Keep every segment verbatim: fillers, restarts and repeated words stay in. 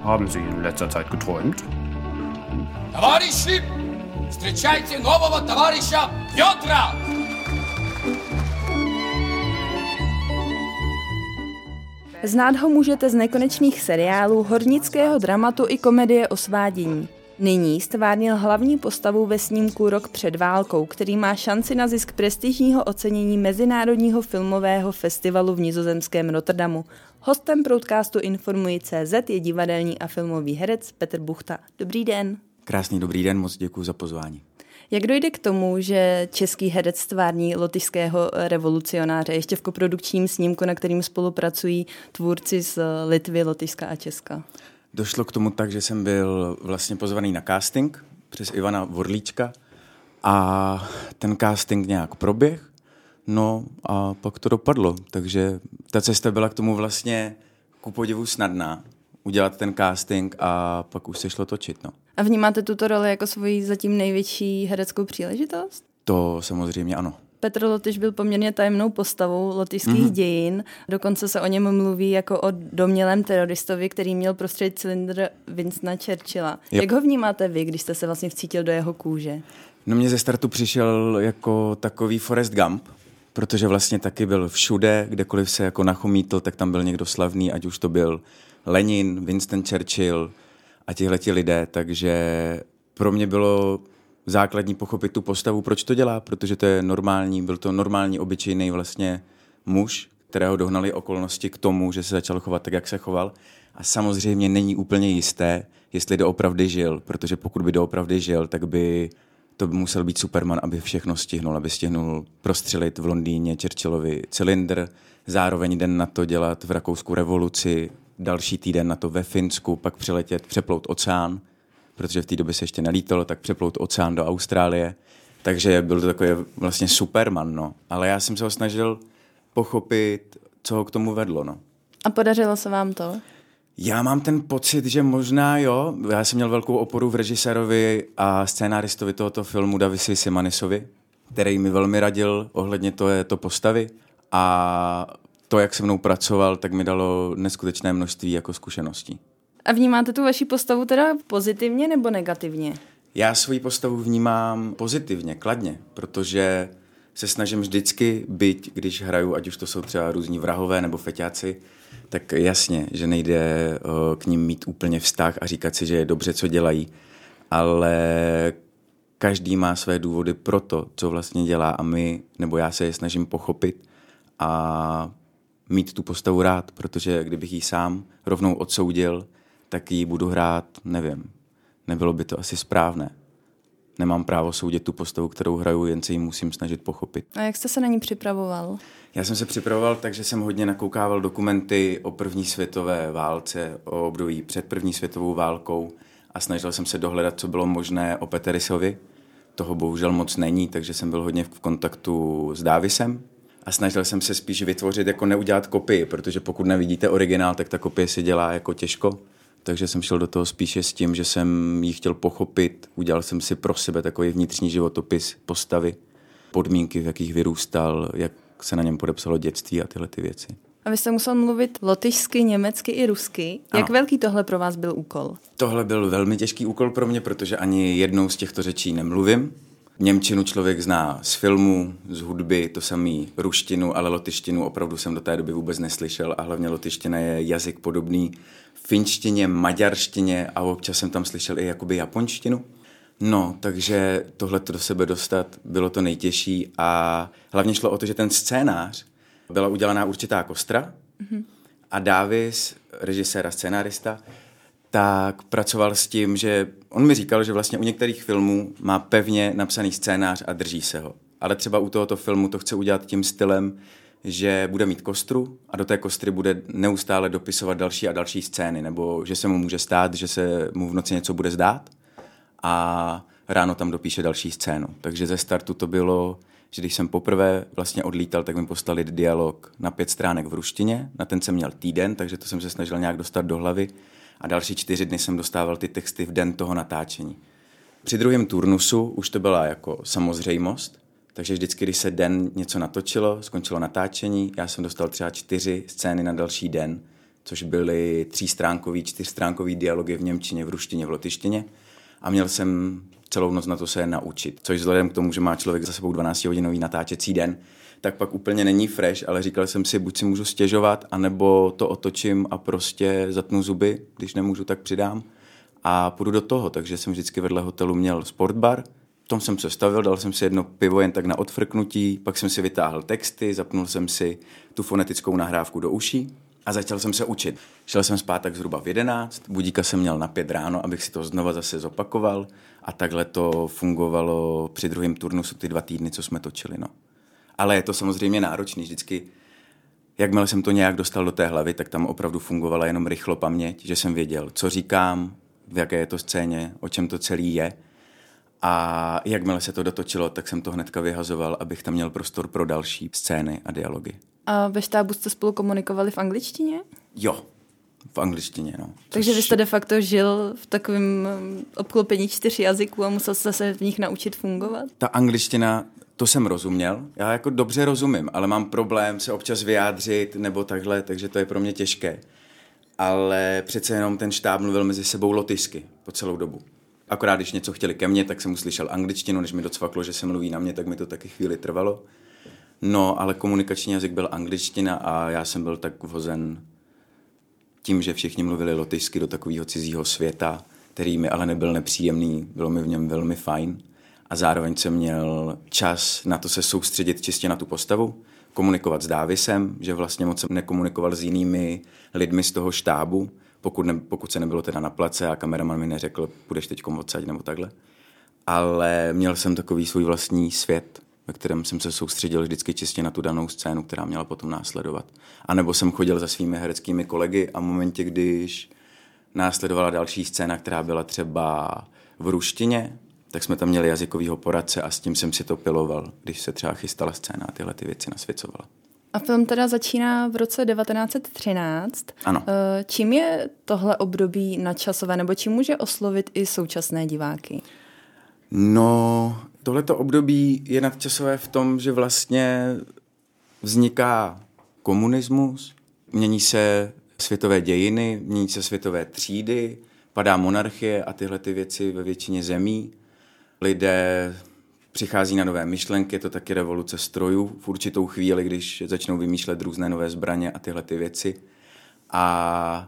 Haben Sie in letzter Zeit geträumt? Товарищи, встречайте нового товарища Петра! Znát ho můžete z nekonečných seriálů, hornického dramatu i komedie o svádění. Nyní stvárnil hlavní postavu ve snímku Rok před válkou, který má šanci na zisk prestižního ocenění Mezinárodního filmového festivalu v nizozemském Rotterdamu. Hostem podcastu Informuji tečka cé zet je divadelní a filmový herec Petr Buchta. Dobrý den. Krásný dobrý den, moc děkuji za pozvání. Jak dojde k tomu, že český herec stvární lotyšského revolucionáře ještě v koprodukčním snímku, na kterým spolupracují tvůrci z Litvy, Lotyšska a Česka? Došlo k tomu tak, že jsem byl vlastně pozvaný na casting přes Ivana Vorlíčka a ten casting nějak proběh, no a pak to dopadlo, takže ta cesta byla k tomu vlastně ku podivu snadná, udělat ten casting a pak už se šlo točit, no. A vnímáte tuto roli jako svoji zatím největší hereckou příležitost? To samozřejmě ano. Petr Lotyš byl poměrně tajemnou postavou lotyšských mm-hmm. dějin. Dokonce se o něm mluví jako o domnělém teroristovi, který měl prostředit cylindr Winstona Churchilla. Yep. Jak ho vnímáte vy, když jste se vlastně vcítil do jeho kůže? No mě ze startu přišel jako takový Forrest Gump, protože vlastně taky byl všude, kdekoliv se jako nachomítl, tak tam byl někdo slavný, ať už to byl Lenin, Winston Churchill a tihleti lidé, takže pro mě bylo základní pochopit tu postavu, proč to dělá, protože to je normální, byl to normální, obyčejný vlastně muž, kterého dohnali okolnosti k tomu, že se začal chovat tak, jak se choval. A samozřejmě není úplně jisté, jestli doopravdy žil, protože pokud by doopravdy žil, tak by to by musel být Superman, aby všechno stihnul, aby stihnul prostřelit v Londýně Churchillovi cylindr, zároveň den na to dělat v Rakousku revoluci, další týden na to ve Finsku, pak přiletět, přeplout oceán, protože v té době se ještě nelítalo, tak přeplout oceán do Austrálie. Takže byl to takový vlastně Superman, no. Ale já jsem se ho snažil pochopit, co ho k tomu vedlo, no. A podařilo se vám to? Já mám ten pocit, že možná jo. Já jsem měl velkou oporu v režisérovi a scénáristovi tohoto filmu Davisi Simanisovi, který mi velmi radil ohledně to postavy a to, jak se mnou pracoval, tak mi dalo neskutečné množství jako zkušeností. A vnímáte tu vaši postavu teda pozitivně nebo negativně? Já svoji postavu vnímám pozitivně, kladně, protože se snažím vždycky být, když hraju, ať už to jsou třeba různí vrahové nebo feťáci, tak jasně, že nejde o, k ním mít úplně vztah a říkat si, že je dobře, co dělají, ale každý má své důvody pro to, co vlastně dělá a my, nebo já se je snažím pochopit a mít tu postavu rád, protože kdybych ji sám rovnou odsoudil, tak ji budu hrát, nevím, nebylo by to asi správné. Nemám právo soudit tu postavu, kterou hraju, jen se ji musím snažit pochopit. A jak jste se na ní připravoval? Já jsem se připravoval tak, že jsem hodně nakoukával dokumenty o první světové válce, o období před první světovou válkou a snažil jsem se dohledat, co bylo možné o Peterisovi. Toho bohužel moc není, takže jsem byl hodně v kontaktu s Davisem a snažil jsem se spíš vytvořit, jako neudělat kopii, protože pokud nevidíte originál, tak ta kopie se dělá jako těžko. Takže jsem šel do toho spíše s tím, že jsem ji chtěl pochopit, udělal jsem si pro sebe takový vnitřní životopis postavy, podmínky, v jakých vyrůstal, jak se na něm podepsalo dětství a tyhle ty věci. A vy jste musel mluvit lotyšsky, německy i rusky. Jak ano. Velký tohle pro vás byl úkol? Tohle byl velmi těžký úkol pro mě, protože ani jednou z těchto řečí nemluvím. Němčinu člověk zná z filmu, z hudby, to samý ruštinu, ale lotyštinu opravdu jsem do té doby vůbec neslyšel a hlavně lotyština je jazyk podobný finštině, maďarštině a občas jsem tam slyšel i jakoby japonštinu. No, takže tohle do sebe dostat bylo to nejtěžší a hlavně šlo o to, že ten scénář byla udělaná určitá kostra mm-hmm. a Davis, režisér a scénárista, tak pracoval s tím, že on mi říkal, že vlastně u některých filmů má pevně napsaný scénář a drží se ho. Ale třeba u tohoto filmu to chce udělat tím stylem, že bude mít kostru a do té kostry bude neustále dopisovat další a další scény, nebo že se mu může stát, že se mu v noci něco bude zdát a ráno tam dopíše další scénu. Takže ze startu to bylo, že když jsem poprvé vlastně odlítal, tak mi poslali dialog na pět stránek v ruštině, na ten jsem měl týden, takže to jsem se snažil nějak dostat do hlavy a další čtyři dny jsem dostával ty texty v den toho natáčení. Při druhém turnusu už to byla jako samozřejmost, takže vždycky, když se den něco natočilo, skončilo natáčení, já jsem dostal třeba čtyři scény na další den, což byly třístránkový, čtyřstránkový dialogy v němčině, v ruštině, v lotyštině. A měl jsem celou noc na to se naučit, což vzhledem k tomu, že má člověk za sebou dvanáctihodinový natáčecí den, tak pak úplně není fresh, ale říkal jsem si, buď si můžu stěžovat, anebo to otočím a prostě zatnu zuby, když nemůžu, tak přidám a půjdu do toho. Takže jsem vždycky vedle hotelu měl sportbar, v tom jsem se stavil, dal jsem si jedno pivo jen tak na odfrknutí, pak jsem si vytáhl texty, zapnul jsem si tu fonetickou nahrávku do uší a začal jsem se učit. Šel jsem spát tak zhruba v jedenáct, budíka jsem měl na pět ráno, abych si to znova zase zopakoval a takhle to fungovalo při druhém turnusu ty dva týdny, co jsme točili. No. Ale je to samozřejmě náročný, vždycky, jakmile jsem to nějak dostal do té hlavy, tak tam opravdu fungovala jenom rychlo paměť, že jsem věděl, co říkám, v jaké je to scéně, o čem to celý je. A jakmile se to dotočilo, tak jsem to hnedka vyhazoval, abych tam měl prostor pro další scény a dialogy. A ve štábu jste spolu komunikovali v angličtině? Jo, v angličtině, no. Takže Což... vy jste de facto žil v takovém obklopení čtyř jazyků a musel jste se v nich naučit fungovat? Ta angličtina, to jsem rozuměl. Já jako dobře rozumím, ale mám problém se občas vyjádřit nebo takhle, takže to je pro mě těžké. Ale přece jenom ten štáb mluvil mezi sebou lotyšsky po celou dobu. Akorát, když něco chtěli ke mně, tak jsem uslyšel angličtinu, než mi docvaklo, že se mluví na mě, tak mi to taky chvíli trvalo. No, ale komunikační jazyk byl angličtina a já jsem byl tak vhozen tím, že všichni mluvili lotyšsky do takového cizího světa, který mi ale nebyl nepříjemný, bylo mi v něm velmi fajn. A zároveň jsem měl čas na to se soustředit čistě na tu postavu, komunikovat s Dávisem, že vlastně moc jsem nekomunikoval s jinými lidmi z toho štábu, pokud, ne, pokud se nebylo teda na place a kameraman mi neřekl, půjdeš teďkom odsaď nebo takhle. Ale měl jsem takový svůj vlastní svět, ve kterém jsem se soustředil vždycky čistě na tu danou scénu, která měla potom následovat. A nebo jsem chodil za svými hereckými kolegy a v momentě, když následovala další scéna, která byla třeba v ruštině, tak jsme tam měli jazykovýho poradce a s tím jsem si to piloval, když se třeba chystala scéna a tyhle ty věci nasvěcovala. A film teda začíná v roce devatenáct set třináct. Ano. Čím je tohle období nadčasové, nebo čím může oslovit i současné diváky? No, tohleto období je nadčasové v tom, že vlastně vzniká komunismus, mění se světové dějiny, mění se světové třídy, padá monarchie a tyhle ty věci ve většině zemí. Lidé přichází na nové myšlenky, je to taky revoluce strojů v určitou chvíli, když začnou vymýšlet různé nové zbraně a tyhle ty věci. A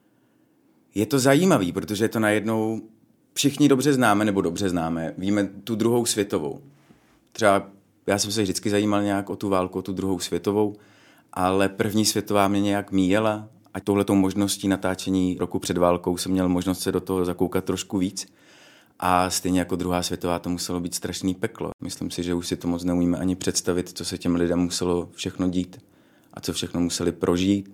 je to zajímavý, protože je to najednou všichni dobře známe, nebo dobře známe, víme tu druhou světovou. Třeba já jsem se vždycky zajímal nějak o tu válku, o tu druhou světovou, ale první světová mě nějak míjela a touhletou možností natáčení roku před válkou jsem měl možnost se do toho zakoukat trošku víc. A stejně jako druhá světová to muselo být strašný peklo. Myslím si, že už si to moc neumíme ani představit, co se těm lidem muselo všechno dít a co všechno museli prožít.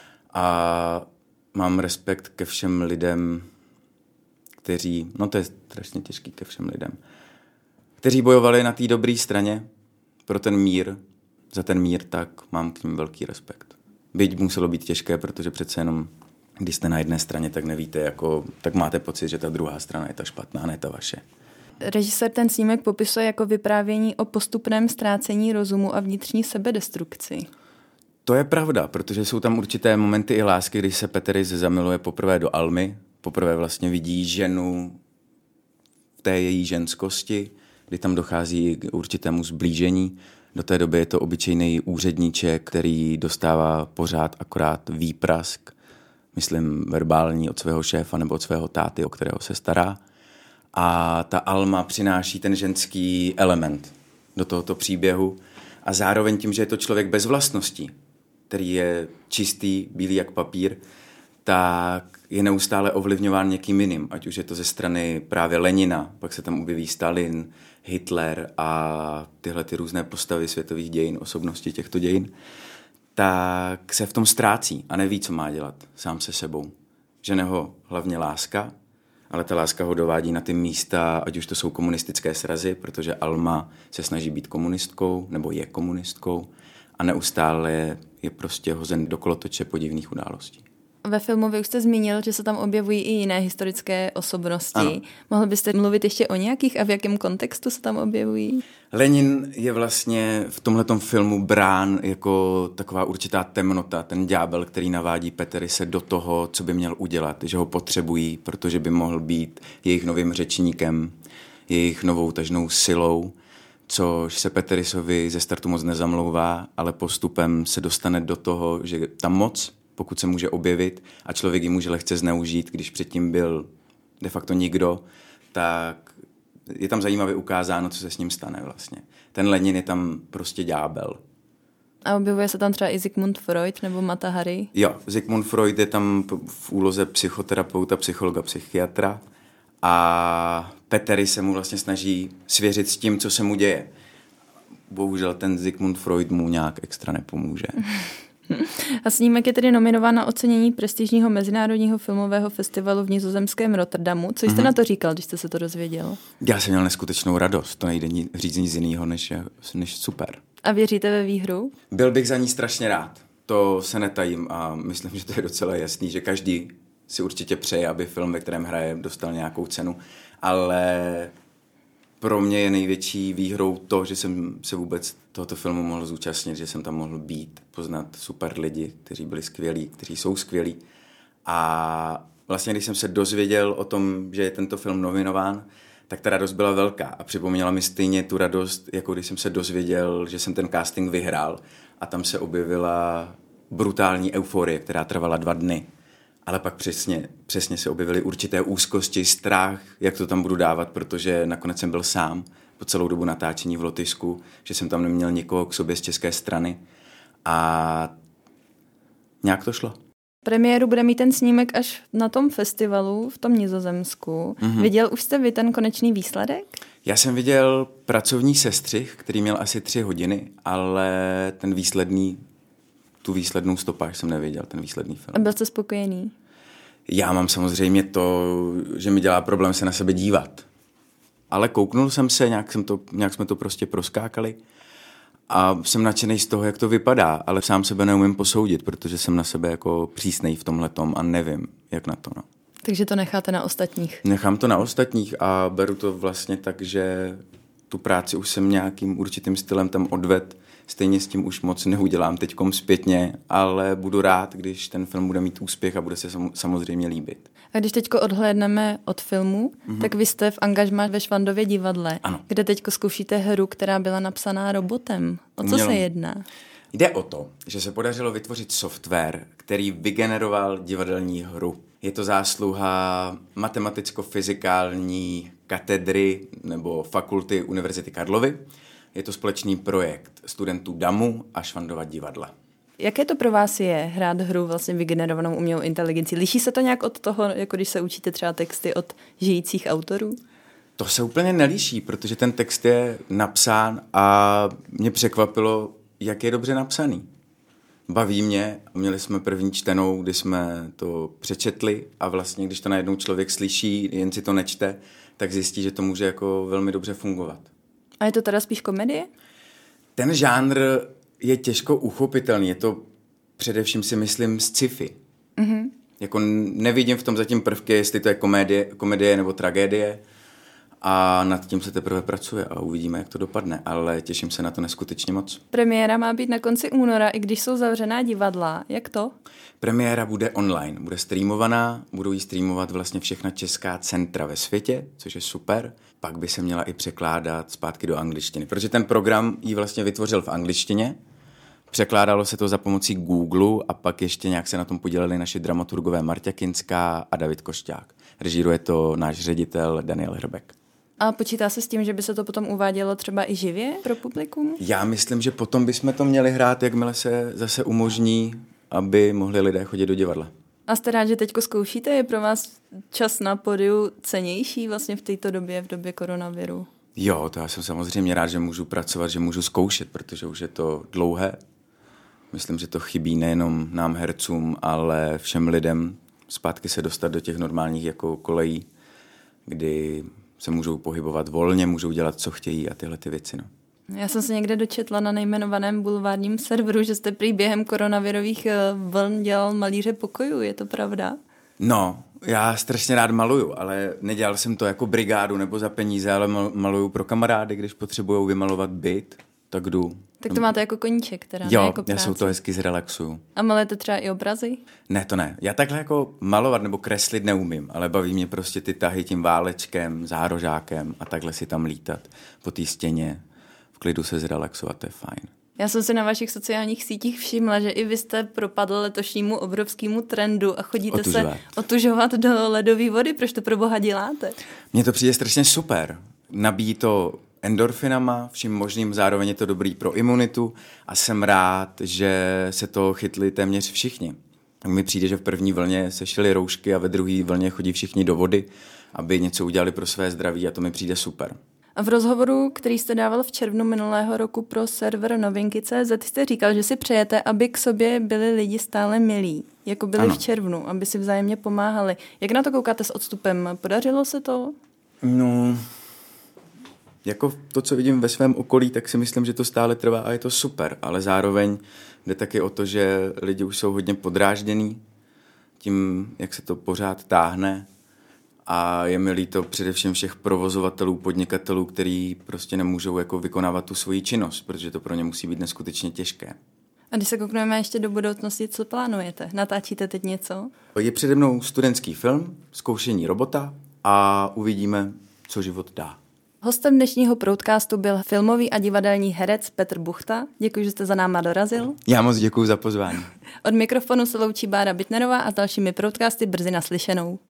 A mám respekt ke všem lidem, kteří, no to je strašně těžký ke všem lidem, kteří bojovali na té dobré straně pro ten mír, za ten mír, tak mám k ním velký respekt. Byť muselo být těžké, protože přece jenom když jste na jedné straně, tak nevíte, jako, tak máte pocit, že ta druhá strana je ta špatná, ne ta vaše. Režisér ten snímek popisuje jako vyprávění o postupném ztrácení rozumu a vnitřní sebedestrukci. To je pravda, protože jsou tam určité momenty i lásky, když se Peteris zamiluje poprvé do Almy, poprvé vlastně vidí ženu v té její ženskosti, kdy tam dochází k určitému zblížení. Do té doby je to obyčejný úředníček, který dostává pořád akorát výprask, myslím verbální od svého šéfa nebo od svého táty, o kterého se stará. A ta Alma přináší ten ženský element do tohoto příběhu a zároveň tím, že je to člověk bez vlastností, který je čistý, bílý jak papír, tak je neustále ovlivňován někým jiným, ať už je to ze strany právě Lenina, pak se tam objeví Stalin, Hitler a tyhle ty různé postavy světových dějin, osobnosti těchto dějin, tak se v tom ztrácí a neví, co má dělat sám se sebou. Žene ho hlavně láska, ale ta láska ho dovádí na ty místa, ať už to jsou komunistické srazy, protože Alma se snaží být komunistkou, nebo je komunistkou a neustále je prostě hozen do kolotoče podivných událostí. Ve filmu vy už jste zmínil, že se tam objevují i jiné historické osobnosti. Ano. Mohl byste mluvit ještě o nějakých a v jakém kontextu se tam objevují? Lenin je vlastně v tomhletom filmu brán jako taková určitá temnota, ten ďábel, který navádí Peterise do toho, co by měl udělat, že ho potřebují, protože by mohl být jejich novým řečníkem, jejich novou tažnou silou, což se Peterisovi ze startu moc nezamlouvá, ale postupem se dostane do toho, že ta moc, pokud se může objevit a člověk ji může lehce zneužít, když předtím byl de facto nikdo, tak je tam zajímavě ukázáno, co se s ním stane vlastně. Ten Lenin je tam prostě ďábel. A objevuje se tam třeba i Sigmund Freud nebo Mata Hari? Jo, Sigmund Freud je tam v úloze psychoterapeuta, psychologa, psychiatra a Petery se mu vlastně snaží svěřit s tím, co se mu děje. Bohužel ten Sigmund Freud mu nějak extra nepomůže. A snímek je tedy nominován na ocenění prestižního mezinárodního filmového festivalu v nizozemském Rotterdamu. Co jste mm-hmm. na to říkal, když jste se to dozvěděl? Já jsem měl neskutečnou radost. To nejde říct nic jiného, než, než super. A věříte ve výhru? Byl bych za ní strašně rád. To se netajím a myslím, že to je docela jasný, že každý si určitě přeje, aby film, ve kterém hraje, dostal nějakou cenu. Ale pro mě je největší výhrou to, že jsem se vůbec tohoto filmu mohl zúčastnit, že jsem tam mohl být, poznat super lidi, kteří byli skvělí, kteří jsou skvělí. A vlastně, když jsem se dozvěděl o tom, že je tento film nominován, tak ta radost byla velká a připomněla mi stejně tu radost, jako když jsem se dozvěděl, že jsem ten casting vyhrál a tam se objevila brutální euforie, která trvala dva dny. Ale pak přesně, přesně se objevily určité úzkosti, strach, jak to tam budu dávat, protože nakonec jsem byl sám po celou dobu natáčení v Lotyšsku, že jsem tam neměl nikoho k sobě z české strany a nějak to šlo. Premiéru bude mít ten snímek až na tom festivalu v tom Nizozemsku. Mm-hmm. Viděl už jste vy ten konečný výsledek? Já jsem viděl pracovní sestřih, který měl asi tři hodiny, ale ten výsledný, tu výslednou stopáž jsem neviděl, ten výsledný film. A byl jste spokojený? Já mám samozřejmě to, že mi dělá problém se na sebe dívat. Ale kouknul jsem se, nějak, jsem to, nějak jsme to prostě proskákali a jsem nadšený z toho, jak to vypadá, ale sám sebe neumím posoudit, protože jsem na sebe jako přísnej v tomhletom a nevím, jak na to. No. Takže to necháte na ostatních? Nechám to na ostatních a beru to vlastně tak, že tu práci už jsem nějakým určitým stylem tam odved. Stejně s tím už moc neudělám teďkom zpětně, ale budu rád, když ten film bude mít úspěch a bude se samozřejmě líbit. A když teďko odhlédneme od filmu, mm-hmm. tak vy jste v angažmá ve Švandově divadle, ano. kde teďko zkoušíte hru, která byla napsaná robotem. O co Umělou. se jedná? Jde o to, že se podařilo vytvořit software, který vygeneroval divadelní hru. Je to zásluha matematicko-fyzikální katedry nebo fakulty Univerzity Karlovy. Je to společný projekt studentů DAMu a Švandova divadla. Jaké to pro vás je hrát hru vlastně vygenerovanou umělou inteligencí? Liší se to nějak od toho, jako když se učíte třeba texty od žijících autorů? To se úplně nelíší, protože ten text je napsán a mě překvapilo, jak je dobře napsaný. Baví mě, měli jsme první čtenou, kdy jsme to přečetli a vlastně, když to najednou člověk slyší, jen si to nečte, tak zjistí, že to může jako velmi dobře fungovat. A je to teda spíš komedie? Ten žánr je těžko uchopitelný. Je to především si myslím sci-fi. Mm-hmm. Jako nevidím v tom zatím prvky, jestli to je komedie, komedie nebo tragédie. A nad tím se teprve pracuje a uvidíme, jak to dopadne. Ale těším se na to neskutečně moc. Premiéra má být na konci února, i když jsou zavřená divadla. Jak to? Premiéra bude online, bude streamovaná, budou ji streamovat vlastně všechna česká centra ve světě, což je super. Pak by se měla i překládat zpátky do angličtiny, protože ten program ji vlastně vytvořil v angličtině, překládalo se to za pomocí Google a pak ještě nějak se na tom podíleli naši dramaturgové Marta Kinská a David Košťák. Režíruje to náš ředitel Daniel Hrbek. A počítá se s tím, že by se to potom uvádělo třeba i živě pro publikum? Já myslím, že potom bychom to měli hrát, jakmile se zase umožní, aby mohli lidé chodit do divadla. A jste rád, že teďko zkoušíte? Je pro vás čas na pódiu cenější vlastně v této době, v době koronaviru? Jo, to já jsem samozřejmě rád, že můžu pracovat, že můžu zkoušet, protože už je to dlouhé. Myslím, že to chybí nejenom nám hercům, ale všem lidem zpátky se dostat do těch normálních jako kolejí, kdy se můžou pohybovat volně, můžou dělat, co chtějí a tyhle ty věci. No. Já jsem se někde dočetla na nejmenovaném bulvárním serveru, že jste prý během koronavirových vln dělal malíře pokojů, je to pravda? No, já strašně rád maluju, ale nedělal jsem to jako brigádu nebo za peníze, ale maluju pro kamarády, když potřebujou vymalovat byt, tak jdu. Tak to máte jako koníček, teda, jo, ne jako práci. Já jsou to hezky zrelaxuju. A malujete třeba i obrazy? Ne, to ne. Já takhle jako malovat nebo kreslit neumím, ale baví mě prostě ty tahy tím válečkem, zárožákem a takhle si tam lítat po té stěně, v klidu se zrelaxovat, to je fajn. Já jsem si na vašich sociálních sítích všimla, že i vy jste propadl letošnímu obrovskému trendu a chodíte Otužovat. se otužovat do ledové vody. Proč to pro boha děláte? Mně to přijde strašně super. Nabíjí to endorfinama, vším možným, zároveň je to dobrý pro imunitu a jsem rád, že se to chytli téměř všichni. Mi přijde, že v první vlně se šily roušky a ve druhé vlně chodí všichni do vody, aby něco udělali pro své zdraví a to mi přijde super. A v rozhovoru, který jste dával v červnu minulého roku pro server novinky tečka cé zet, jste říkal, že si přejete, aby k sobě byli lidi stále milí, jako byli ano. v červnu, aby si vzájemně pomáhali. Jak na to koukáte s odstupem? Podařilo se to? No, jako to, co vidím ve svém okolí, tak si myslím, že to stále trvá a je to super, ale zároveň jde taky o to, že lidi už jsou hodně podrážděný tím, jak se to pořád táhne. A je mi líto především všech provozovatelů, podnikatelů, kteří prostě nemůžou jako vykonávat tu svoji činnost, protože to pro ně musí být neskutečně těžké. A když se koukneme ještě do budoucnosti, co plánujete? Natáčíte teď něco? Je přede mnou studentský film, zkoušení robota a uvidíme, co život dá. Hostem dnešního Proudcastu byl filmový a divadelní herec Petr Buchta. Děkuji, že jste za náma dorazil. Já moc děkuji za pozvání. Od mikrofonu se loučí Bára Bitnerová a s dalšími Proudcasty brzy naslyšenou.